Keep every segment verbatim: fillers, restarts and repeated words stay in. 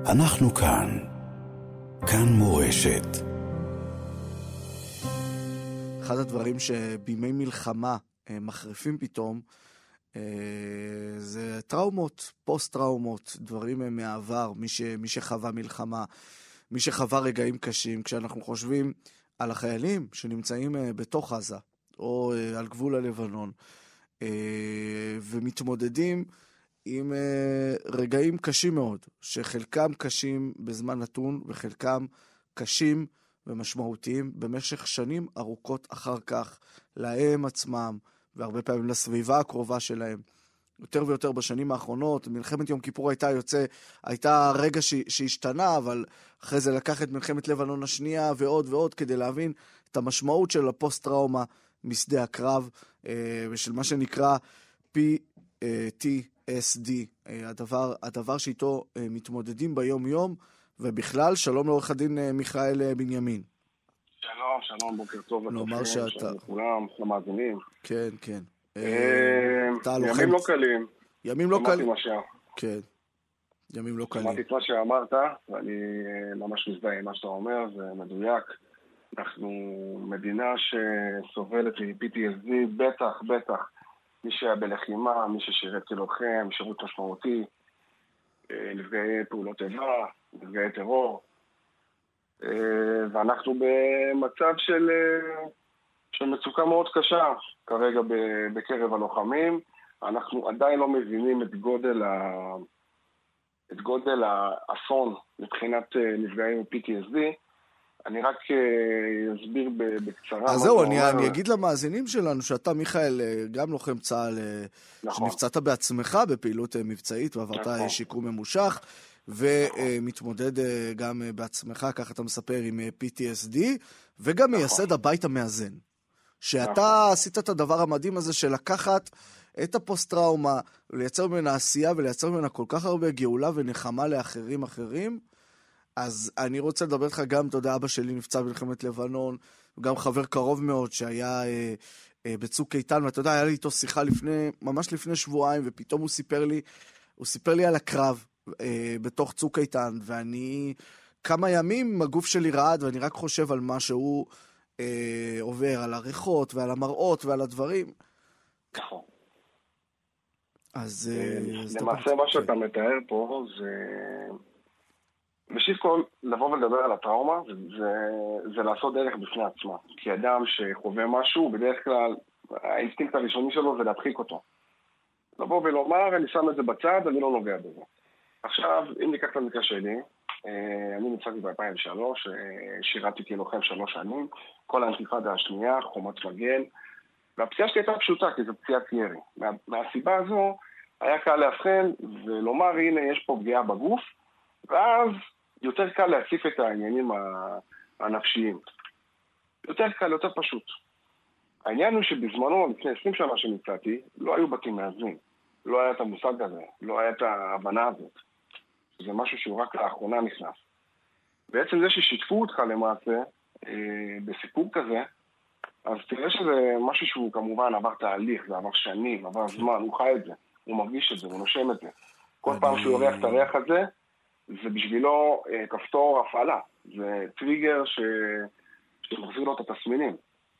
אנחנו כאן. כאן מורשת. אחד הדברים שבימי מלחמה מחריפים פתאום, זה טראומות, פוסט-טראומות, דברים מהעבר, מי, ש, מי שחווה מלחמה, מי שחווה רגעים קשים. כשאנחנו חושבים על החיילים שנמצאים בתוך עזה, או על גבול הלבנון, ומתמודדים עם רגעים קשים מאוד, שחלקם קשים בזמן נתון, וחלקם קשים ומשמעותיים במשך שנים ארוכות אחר כך, להם עצמם, והרבה פעמים לסביבה הקרובה שלהם. יותר ויותר בשנים האחרונות, מלחמת יום כיפור הייתה יוצא, הייתה רגע ש, שהשתנה, אבל אחרי זה לקח את מלחמת לבנון השנייה ועוד ועוד, כדי להבין את המשמעות של הפוסט-טראומה משדה הקרב, ושל מה שנקרא פי טי אס די, הדבר, הדבר שאיתו מתמודדים ביום יום, ובכלל, שלום לעורך הדין מיכאל בנימין. שלום, שלום, בוקר טוב נאמר לכם, שאתה... שלום לכולם, למאזינים. כן, כן. ימים לא קלים. ימים לא קלים. שמעתי מה שה... כן, ימים לא קלים. שמעתי את מה שאמרת, ואני ממש מזדהה עם מה שאתה אומר, זה מדויק. אנחנו מדינה שסובלת מ-פי טי אס די, בטח, בטח. מי שהיה בלחימה, מי ששירת כלוחם, שירות משמעותי, נפגעי פעולות איבה, נפגעי טרור. ואנחנו במצב של, של מצוקה מאוד קשה כרגע בקרב הלוחמים. אנחנו עדיין לא מבינים את גודל, ה... את גודל האסון מבחינת נפגעים מ-פי טי אס די. אני רק אסביר בקצרה. אז זהו, אני, אני אגיד למאזינים שלנו שאתה, מיכאל, גם לוחם צה"ל, נכון. שנפצעת בעצמך בפעילות מבצעית ועברת נכון. שיקום ממושך, ומתמודד גם בעצמך, ככה אתה מספר, עם פי טי אס די, וגם נכון. מייסד הבית המאזן. שאתה נכון. עשית את הדבר המדהים הזה של לקחת את הפוסט-טראומה, ולייצר ממנה עשייה ולייצר ממנה כל כך הרבה גאולה ונחמה לאחרים אחרים. אז אני רוצה לדבר איתך גם, אתה יודע, אבא שלי נפצע במלחמת לבנון, וגם חבר קרוב מאוד שהיה אה, אה, בצוק איתן, ואתה יודע, היה לי איתו שיחה לפני, ממש לפני שבועיים, ופתאום הוא סיפר לי, הוא סיפר לי על הקרב אה, בתוך צוק איתן, ואני כמה ימים הגוף שלי רעד, ואני רק חושב על מה שהוא אה, עובר, על הריחות ועל המראות ועל הדברים. נכון. אז... אה, למעשה מה שאתה מתאר פה זה... ראשית כל, לבוא ולדבר על הטראומה, זה, זה לעשות דרך בפני עצמה. כי אדם שחווה משהו, בדרך כלל, האינסטינקט הראשוני שלו זה להדחיק אותו. לבוא ולומר, אני שם את זה בצד, אני לא נוגע בזה. עכשיו, אם ניקח את המקרה שלי, אני נפצעתי ב-אלפיים ושלוש, שירתי כלוחם שלוש שנים, כל האינתיפאדה השנייה, חומת מגן, והפציעה שלי הייתה פשוטה, כי זו פציעת ירי. מה, מהסיבה הזו, היה קל להבחן ולומר, הנה, יש פה פגיעה בגוף, ואז יותר קל להציף את העניינים הנפשיים. יותר קל, יותר פשוט. העניין הוא שבזמנו, לפני עשרים שנה שנצאתי, לא היו בתים מאזנים. לא היה את המושג הזה, לא היה את ההבנה הזאת. זה משהו שהוא רק לאחרונה נכנס. בעצם זה ששיתפו אותך למעשה, אה, בסיפור כזה, אז תראה שזה משהו שהוא כמובן עבר תהליך, זה עבר שנים, עבר זמן, הוא חי את זה, הוא מרגיש את זה, הוא נושם את זה. כל פעם שהוא יורח את הריח הזה, זה בשבילו אה, כפתור הפעלה. זה טריגר ש... שמחזיר לו את התסמינים.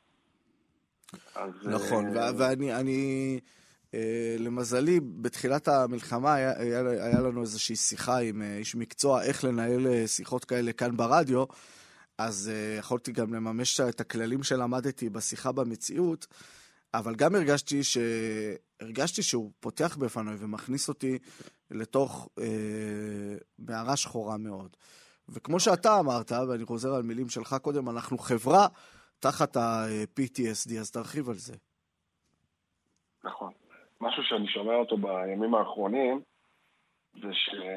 אז, נכון, אה... ואני, אני, אה, למזלי, בתחילת המלחמה היה, היה, היה לנו איזושהי שיחה עם אה, איש מקצוע, איך לנהל אה, שיחות כאלה כאן ברדיו, אז אה, יכולתי גם לממש את הכללים שלמדתי בשיחה במציאות, אבל גם הרגשתי ש... הרגשתי שהוא פותח בפניי ומכניס אותי לתוך אה, מערה שחורה מאוד. וכמו שאתה אמרת, ואני חוזר על מילים שלך קודם, אנחנו חברה תחת ה-פי טי אס די, אז תרחיב על זה. נכון. משהו שאני שומע אותו בימים האחרונים, זה שאני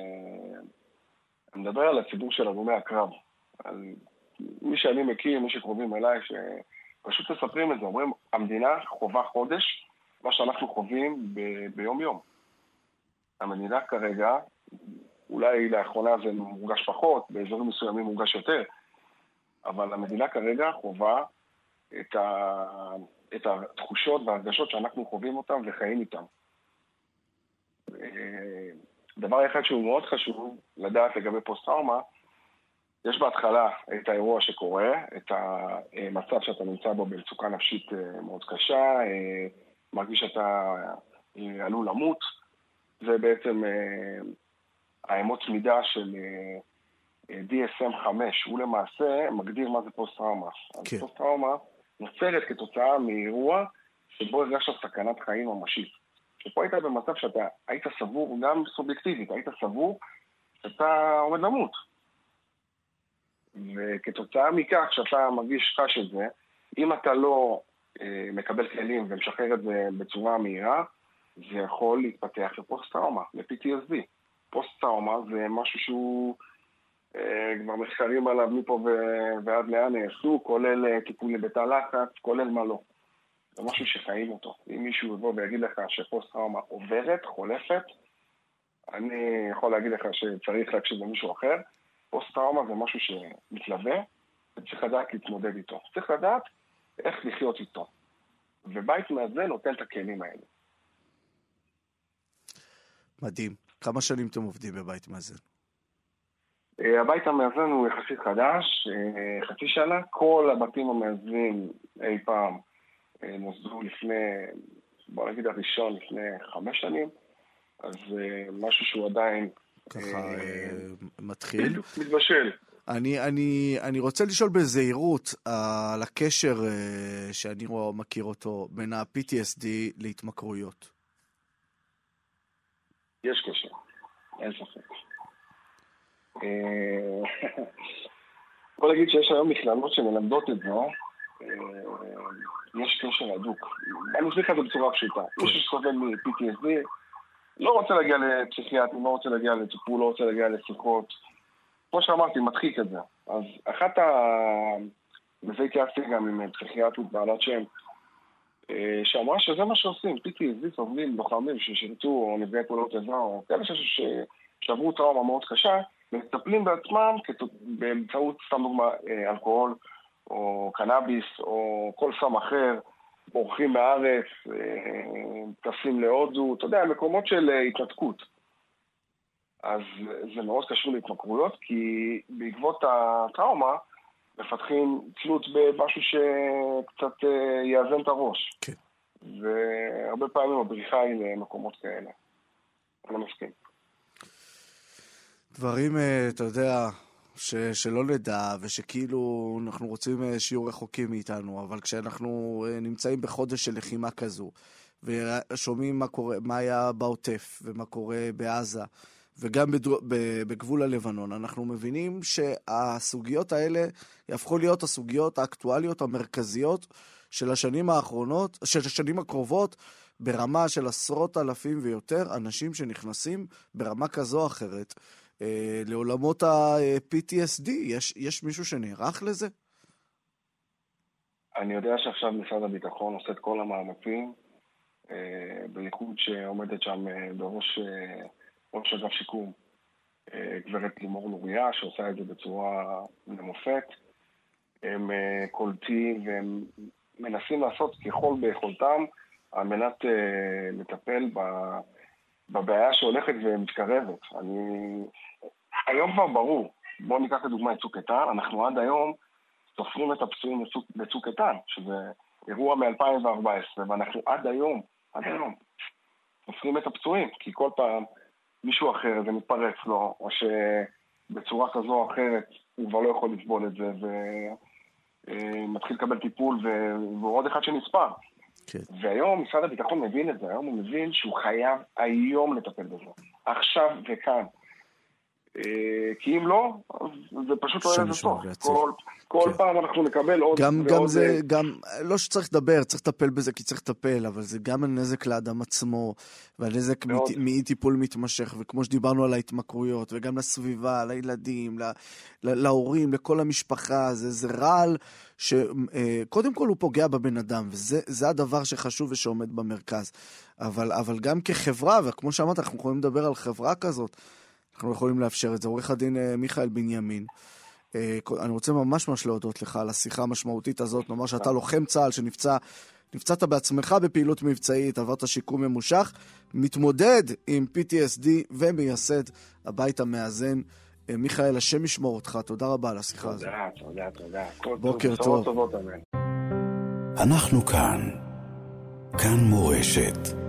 מדבר על הציבור של הלומי הקרב. על מי שאני מכיר, מי שקרובים אליי, שפשוט מספרים את זה. אומרים, המדינה חובה חודש, מה שאנחנו חווים ב- ביום יום. המדינה כרגע, אולי לאחרונה זה מורגש פחות, באזורים מסוימים מורגש יותר, אבל המדינה כרגע חובה את, ה- את התחושות והרגשות שאנחנו חווים אותם וחיים איתם. דבר אחד שהוא מאוד חשוב לדעת לגבי פוסט-טראומה, יש בהתחלה את האירוע שקורה, את המצב שאתה נמצא בו במצוקה נפשית מאוד קשה, מרגיש שאתה עלול למות, זה בעצם האמות מידה של די אס אם חמש, הוא למעשה מגדיר מה זה פוסט-טראומה. כן. אז פוסט-טראומה נוצרת כתוצאה מאירוע שבו הרגשת סכנת חיים ממשית. שפה היית במצב שאתה היית סבור, גם סובייקטיבית, היית סבור שאתה עומד למות. וכתוצאה מכך שאתה מרגיש חש את זה, אם אתה לא אה, מקבל כלים ומשחרר את זה בצורה מהירה, זה יכול להתפתח לפוסט-טראומה, ל-פי טי אס די. פוסט-טראומה זה משהו שהוא אה, כבר מחקרים עליו מפה ו- ועד לאן נעשו, כולל אה, טיפול לבתא לחץ, כולל מה לא. זה משהו שחיים אותו. אם מישהו יבוא ויגיד לך שפוסט-טראומה עוברת, חולפת, אני יכול להגיד לך שצריך להקשיב למישהו אחר. פוסט-טראומה זה משהו שמתלווה, וצריך לדעת להתמודד איתו. צריך לדעת איך לחיות איתו. ובית מאזן נותן את הכלים האלה. מדהים. כמה שנים אתם עובדים בבית מאזן? הבית המאזן הוא יחסית חדש, חצי שנה. כל הבתים המאזנים אי פעם נוסדו לפני, בוא נגיד הראשון, לפני חמש שנים. אז משהו שהוא עדיין ככה מתחיל. מתבשל. אני, אני, אני רוצה לשאול בזהירות על הקשר שאני מכיר אותו בין ה-פי טי אס די להתמכרויות. יש קשר, אין ספק. בוא נגיד שיש היום מכללות שמלמדות את זה, יש קשר הדוק. אני אסביר לך את זה בצורה פשוטה. מישהו שסובל מ-פי טי אס די, לא רוצה להגיע לפסיכיאטרים, לא רוצה להגיע לטיפול, לא רוצה להגיע לשיחות. כמו שאמרתי, מדחיק את זה. אז אחת ה... וזה התייעצתי גם עם פסיכיאטרית בעלת שם, שאמרה שזה מה שעושים. פי טי אס די סובלים לוחמים ששירתו או נפגעי פעולות איבה, או כאלה שעברו טראומה מאוד קשה, ומטפלים בעצמם באמצעות, סתם דוגמה, אלכוהול, או קנאביס, או כל סם אחר, בורחים מהארץ, טסים להודו, אתה יודע, מקומות של התנתקות. אז זה מאוד קשור להתמכרויות, כי בעקבות הטראומה מפתחים תלות במשהו שקצת יאזן את הראש. כן. והרבה פעמים הבריחה היא למקומות כאלה. אני מסכים. דברים, אתה יודע, ש, שלא נדע, ושכאילו אנחנו רוצים שיהיו רחוקים מאיתנו, אבל כשאנחנו נמצאים בחודש של לחימה כזו, ושומעים מה קורה, מה היה בעוטף, ומה קורה בעזה, וגם בדרו, בגבול הלבנון, אנחנו מבינים שהסוגיות האלה יהפכו להיות הסוגיות האקטואליות המרכזיות של השנים האחרונות, של השנים הקרובות, ברמה של עשרות אלפים ויותר אנשים שנכנסים ברמה כזו או אחרת, לעולמות ה-פי טי אס די. יש, יש מישהו שנערך לזה? אני יודע שעכשיו משרד הביטחון עושה את כל המאמצים, בליכוד שעומדת שם בראש ראש אגף שיקום, גברת לימור לוריה, שעושה את זה בצורה למופת. הם קולטים והם מנסים לעשות ככל ביכולתם על מנת לטפל בבעיה שהולכת ומתקרבת. אני... היום כבר ברור, בואו ניקח לדוגמה את צוק איתן, אנחנו עד היום סופרים את הפצועים בצוק איתן, שזה אירוע מ-אלפיים וארבע עשרה, ואנחנו עד היום, עד היום, סופרים את הפצועים, כי כל פעם מישהו אחר זה מתפרץ לו, או שבצורה כזו או אחרת הוא כבר לא יכול לסבול את זה, ומתחיל לקבל טיפול, והוא עוד אחד שנספר. כן. והיום משרד הביטחון מבין את זה, היום הוא מבין שהוא חייב היום לטפל בזה, עכשיו וכאן. כי אם לא, זה פשוט לא יהיה זה טוב. כל, כל כן. פעם אנחנו נקבל עוד גם, ועוד... גם זה, גם, לא שצריך לדבר, צריך לטפל בזה כי צריך לטפל, אבל זה גם הנזק לאדם עצמו, והנזק מאי, מאי טיפול מתמשך, וכמו שדיברנו על ההתמכרויות, וגם לסביבה, לילדים, לה, להורים, לכל המשפחה, זה, זה רעל שקודם כל הוא פוגע בבן אדם, וזה זה הדבר שחשוב ושעומד במרכז. אבל, אבל גם כחברה, וכמו שאמרת, אנחנו יכולים לדבר על חברה כזאת, אנחנו יכולים לאפשר את זה. עורך הדין מיכאל בנימין, אני רוצה ממש ממש להודות לך על השיחה המשמעותית הזאת. נאמר שאתה לוחם צה"ל שנפצע נפצעת בעצמך בפעילות מבצעית, עברת שיקום ממושך, מתמודד עם פי טי אס די ומייסד הבית המאזן. מיכאל, השם ישמור אותך, תודה רבה על השיחה הזאת. תודה, תודה, תודה. בוקר טוב. אנחנו כאן, כאן מורשת.